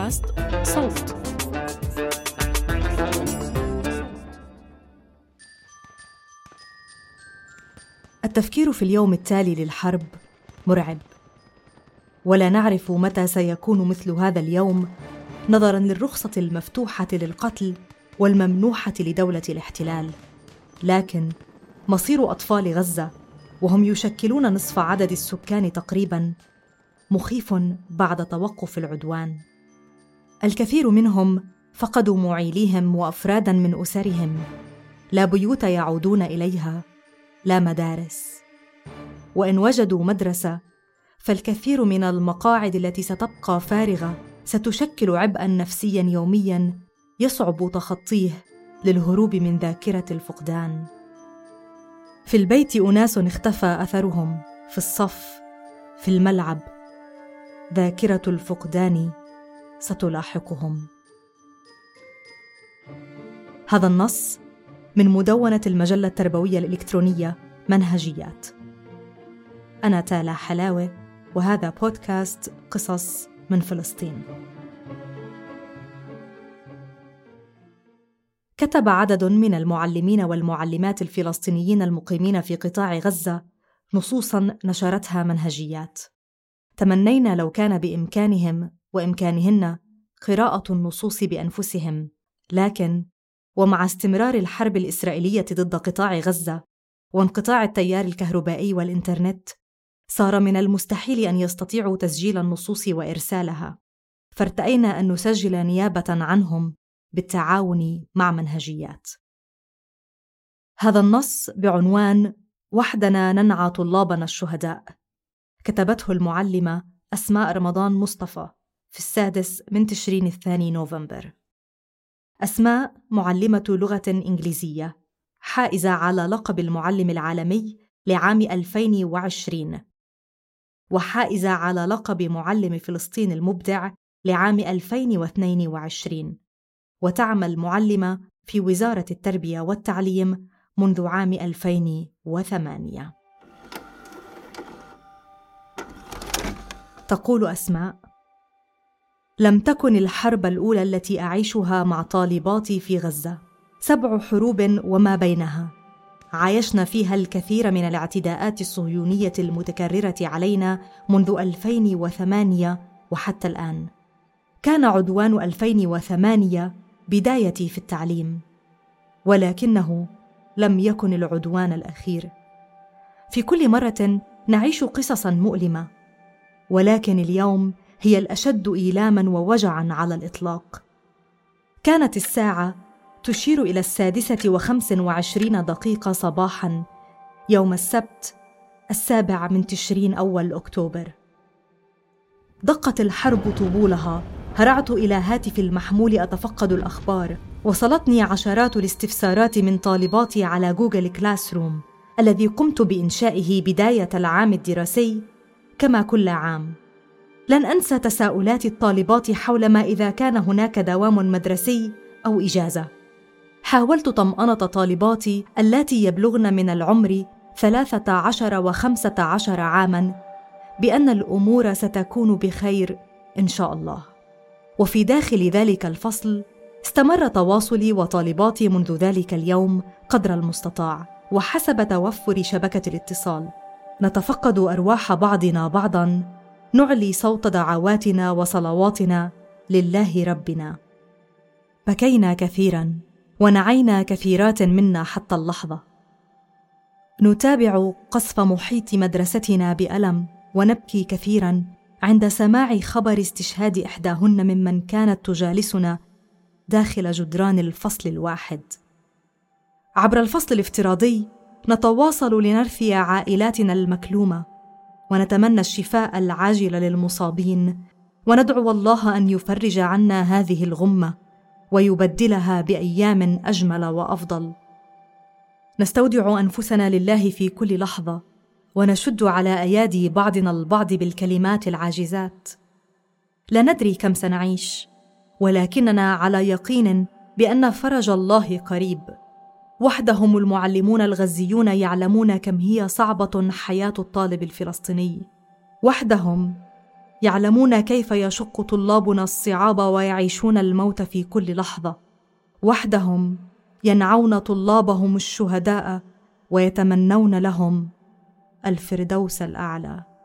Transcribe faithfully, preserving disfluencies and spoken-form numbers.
بودكاست صوت. التفكير في اليوم التالي للحرب مرعب، ولا نعرف متى سيكون مثل هذا اليوم نظراً للرخصة المفتوحة للقتل والممنوحة لدولة الاحتلال. لكن مصير أطفال غزة، وهم يشكلون نصف عدد السكان تقريباً، مخيف بعد توقف العدوان. الكثير منهم فقدوا معيليهم وأفراداً من أسرهم، لا بيوت يعودون إليها، لا مدارس، وإن وجدوا مدرسة فالكثير من المقاعد التي ستبقى فارغة ستشكل عبئاً نفسياً يومياً يصعب تخطيه للهروب من ذاكرة الفقدان. في البيت أناس اختفى أثرهم، في الصف، في الملعب، ذاكرة الفقدان ستلاحقهم. هذا النص من مدونة المجلة التربوية الإلكترونية منهجيات. أنا تالا حلاوة، وهذا بودكاست قصص من فلسطين. كتب عدد من المعلمين والمعلمات الفلسطينيين المقيمين في قطاع غزة نصوصاً نشرتها منهجيات. تمنينا لو كان بإمكانهم وإمكانهن قراءة النصوص بأنفسهم، لكن ومع استمرار الحرب الإسرائيلية ضد قطاع غزة وانقطاع التيار الكهربائي والإنترنت، صار من المستحيل أن يستطيعوا تسجيل النصوص وإرسالها، فارتأينا أن نسجل نيابة عنهم بالتعاون مع منهجيات. هذا النص بعنوان وحدنا ننعى طلابنا الشهداء، كتبته المعلمة أسماء رمضان مصطفى في السادس من تشرين الثاني نوفمبر. أسماء معلمة لغة إنجليزية، حائزة على لقب المعلم العالمي لعام ألفين وعشرين، وحائزة على لقب معلم فلسطين المبدع لعام ألفين واثنين وعشرين، وتعمل معلمة في وزارة التربية والتعليم منذ عام ألفين وثمانية. تقول أسماء: لم تكن الحرب الأولى التي أعيشها مع طالباتي في غزة، سبع حروب وما بينها، عايشنا فيها الكثير من الاعتداءات الصهيونية المتكررة علينا منذ ألفين وثمانية وحتى الآن. كان عدوان ألفين وثمانية بدايتي في التعليم، ولكنه لم يكن العدوان الأخير. في كل مرة نعيش قصصاً مؤلمة، ولكن اليوم هي الأشد إيلاماً ووجعاً على الإطلاق. كانت الساعة تشير إلى السادسة وخمس وعشرين دقيقة صباحاً يوم السبت السابع من تشرين أول أكتوبر. دقت الحرب طبولها، هرعت إلى هاتفي المحمول أتفقد الأخبار. وصلتني عشرات الاستفسارات من طالباتي على جوجل كلاس روم الذي قمت بإنشائه بداية العام الدراسي كما كل عام. لن أنسى تساؤلات الطالبات حول ما إذا كان هناك دوام مدرسي أو إجازة. حاولت طمأنة طالباتي اللاتي يبلغن من العمر ثلاثة عشر وخمسة عشر عاماً بأن الأمور ستكون بخير إن شاء الله. وفي داخل ذلك الفصل استمر تواصلي وطالباتي منذ ذلك اليوم قدر المستطاع، وحسب توفر شبكة الاتصال نتفقد أرواح بعضنا بعضاً، نعلي صوت دعواتنا وصلواتنا لله ربنا. بكينا كثيراً ونعينا كثيرات منا حتى اللحظة. نتابع قصف محيط مدرستنا بألم ونبكي كثيراً عند سماع خبر استشهاد إحداهن ممن كانت تجالسنا داخل جدران الفصل الواحد. عبر الفصل الافتراضي نتواصل لنرثي عائلاتنا المكلومة، ونتمنى الشفاء العاجل للمصابين، وندعو الله أن يفرج عنا هذه الغمة ويبدلها بأيام أجمل وأفضل. نستودع أنفسنا لله في كل لحظة، ونشد على أيادي بعضنا البعض بالكلمات العاجزات. لا ندري كم سنعيش، ولكننا على يقين بأن فرج الله قريب. وحدهم المعلمون الغزيون يعلمون كم هي صعبة حياة الطالب الفلسطيني. وحدهم يعلمون كيف يشق طلابنا الصعاب ويعيشون الموت في كل لحظة. وحدهم ينعون طلابهم الشهداء ويتمنون لهم الفردوس الأعلى.